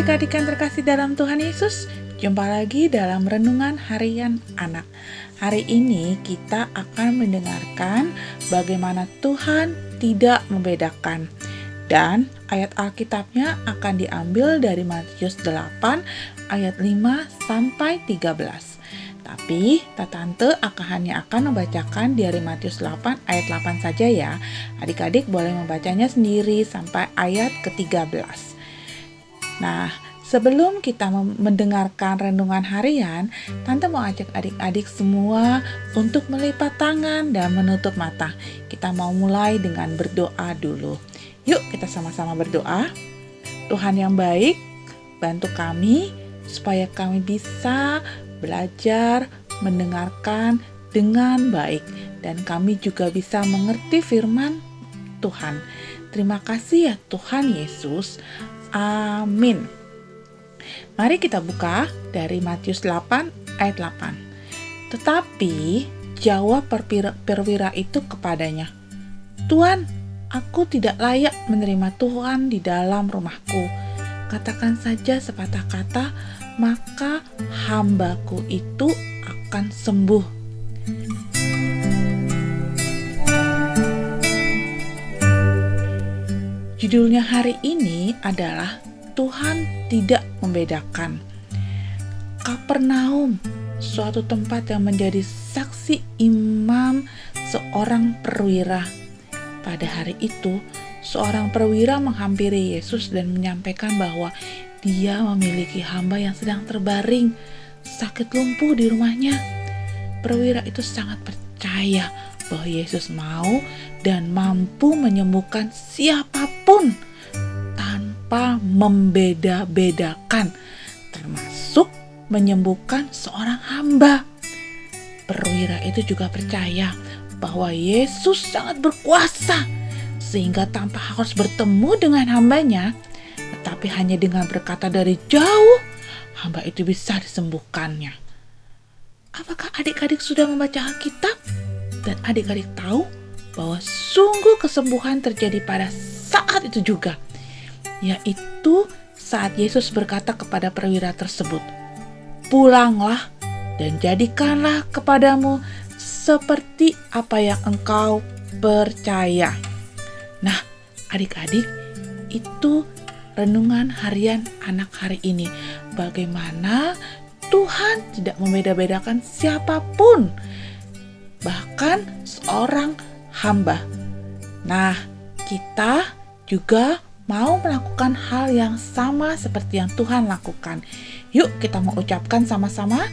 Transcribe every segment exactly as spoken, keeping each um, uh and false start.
adik-adik yang terkasih dalam Tuhan Yesus, jumpa lagi dalam Renungan Harian Anak. Hari ini kita akan mendengarkan bagaimana Tuhan tidak membedakan. Dan ayat Alkitabnya akan diambil dari Matius delapan ayat lima sampai tiga belas. Tapi Tante akan hanya akan membacakan dari Matius delapan ayat delapan saja ya. Adik-adik boleh membacanya sendiri sampai ayat ke tiga belas. Nah, sebelum kita mendengarkan renungan harian, Tante mau ajak adik-adik semua untuk melipat tangan dan menutup mata. Kita mau mulai dengan berdoa dulu. Yuk kita sama-sama berdoa. Tuhan yang baik, bantu kami supaya kami bisa belajar, mendengarkan dengan baik, dan kami juga bisa mengerti firman Tuhan. Terima kasih ya Tuhan Yesus. Amin. Mari kita buka dari Matius delapan ayat delapan. Tetapi jawab perwira, perwira itu kepadanya, Tuhan, aku tidak layak menerima Tuhan di dalam rumahku. Katakan saja sepatah kata, maka hambaku itu akan sembuh. Judulnya hari ini adalah Tuhan tidak membedakan. Kapernaum, suatu tempat yang menjadi saksi imam seorang perwira. Pada hari itu, seorang perwira menghampiri Yesus dan menyampaikan bahwa dia memiliki hamba yang sedang terbaring, sakit lumpuh di rumahnya. Perwira itu sangat percaya bahwa Yesus mau dan mampu menyembuhkan siapapun tanpa membeda-bedakan, termasuk menyembuhkan seorang hamba. Perwira itu juga percaya bahwa Yesus sangat berkuasa, sehingga tanpa harus bertemu dengan hambanya, tetapi hanya dengan berkata dari jauh, hamba itu bisa disembuhkannya. Apakah adik-adik sudah membaca Alkitab? Dan adik-adik tahu bahwa sungguh kesembuhan terjadi pada saat itu juga, yaitu saat Yesus berkata kepada perwira tersebut, pulanglah dan jadikanlah kepadamu seperti apa yang engkau percaya. Nah, adik-adik, itu renungan harian anak hari ini. Bagaimana Tuhan tidak membeda-bedakan siapapun, bahkan seorang hamba. Nah, kita juga mau melakukan hal yang sama seperti yang Tuhan lakukan. Yuk kita mau ucapkan sama-sama,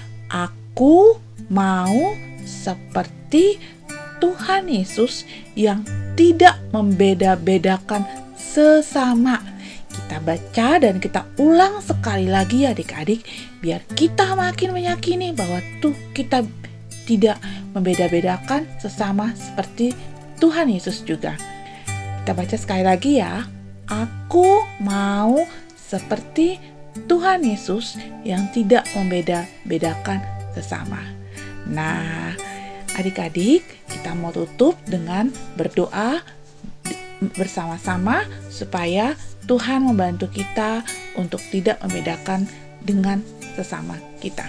aku mau seperti Tuhan Yesus yang tidak membeda-bedakan sesama. Kita baca dan kita ulang sekali lagi adik-adik, biar kita makin meyakini bahwa tuh kita tidak membeda-bedakan sesama seperti Tuhan Yesus juga. Kita baca sekali lagi ya. Aku mau seperti Tuhan Yesus yang tidak membeda-bedakan sesama. Nah, adik-adik, kita mau tutup dengan berdoa bersama-sama supaya Tuhan membantu kita untuk tidak membedakan dengan sesama kita.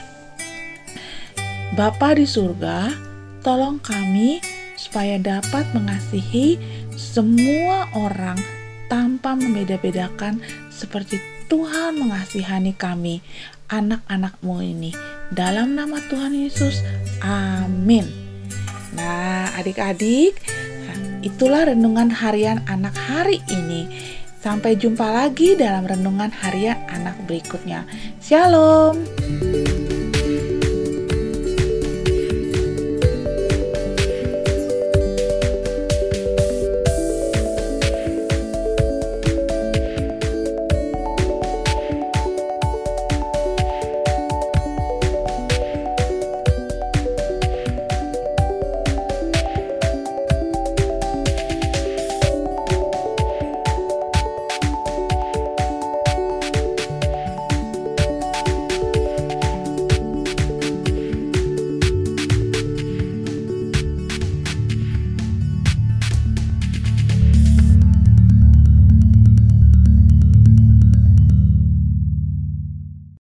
Bapa di surga, tolong kami supaya dapat mengasihi semua orang tanpa membeda-bedakan seperti Tuhan mengasihani kami, anak-anak-Mu ini. Dalam nama Tuhan Yesus, amin. Nah, adik-adik, itulah renungan harian anak hari ini. Sampai jumpa lagi dalam renungan harian anak berikutnya. Shalom.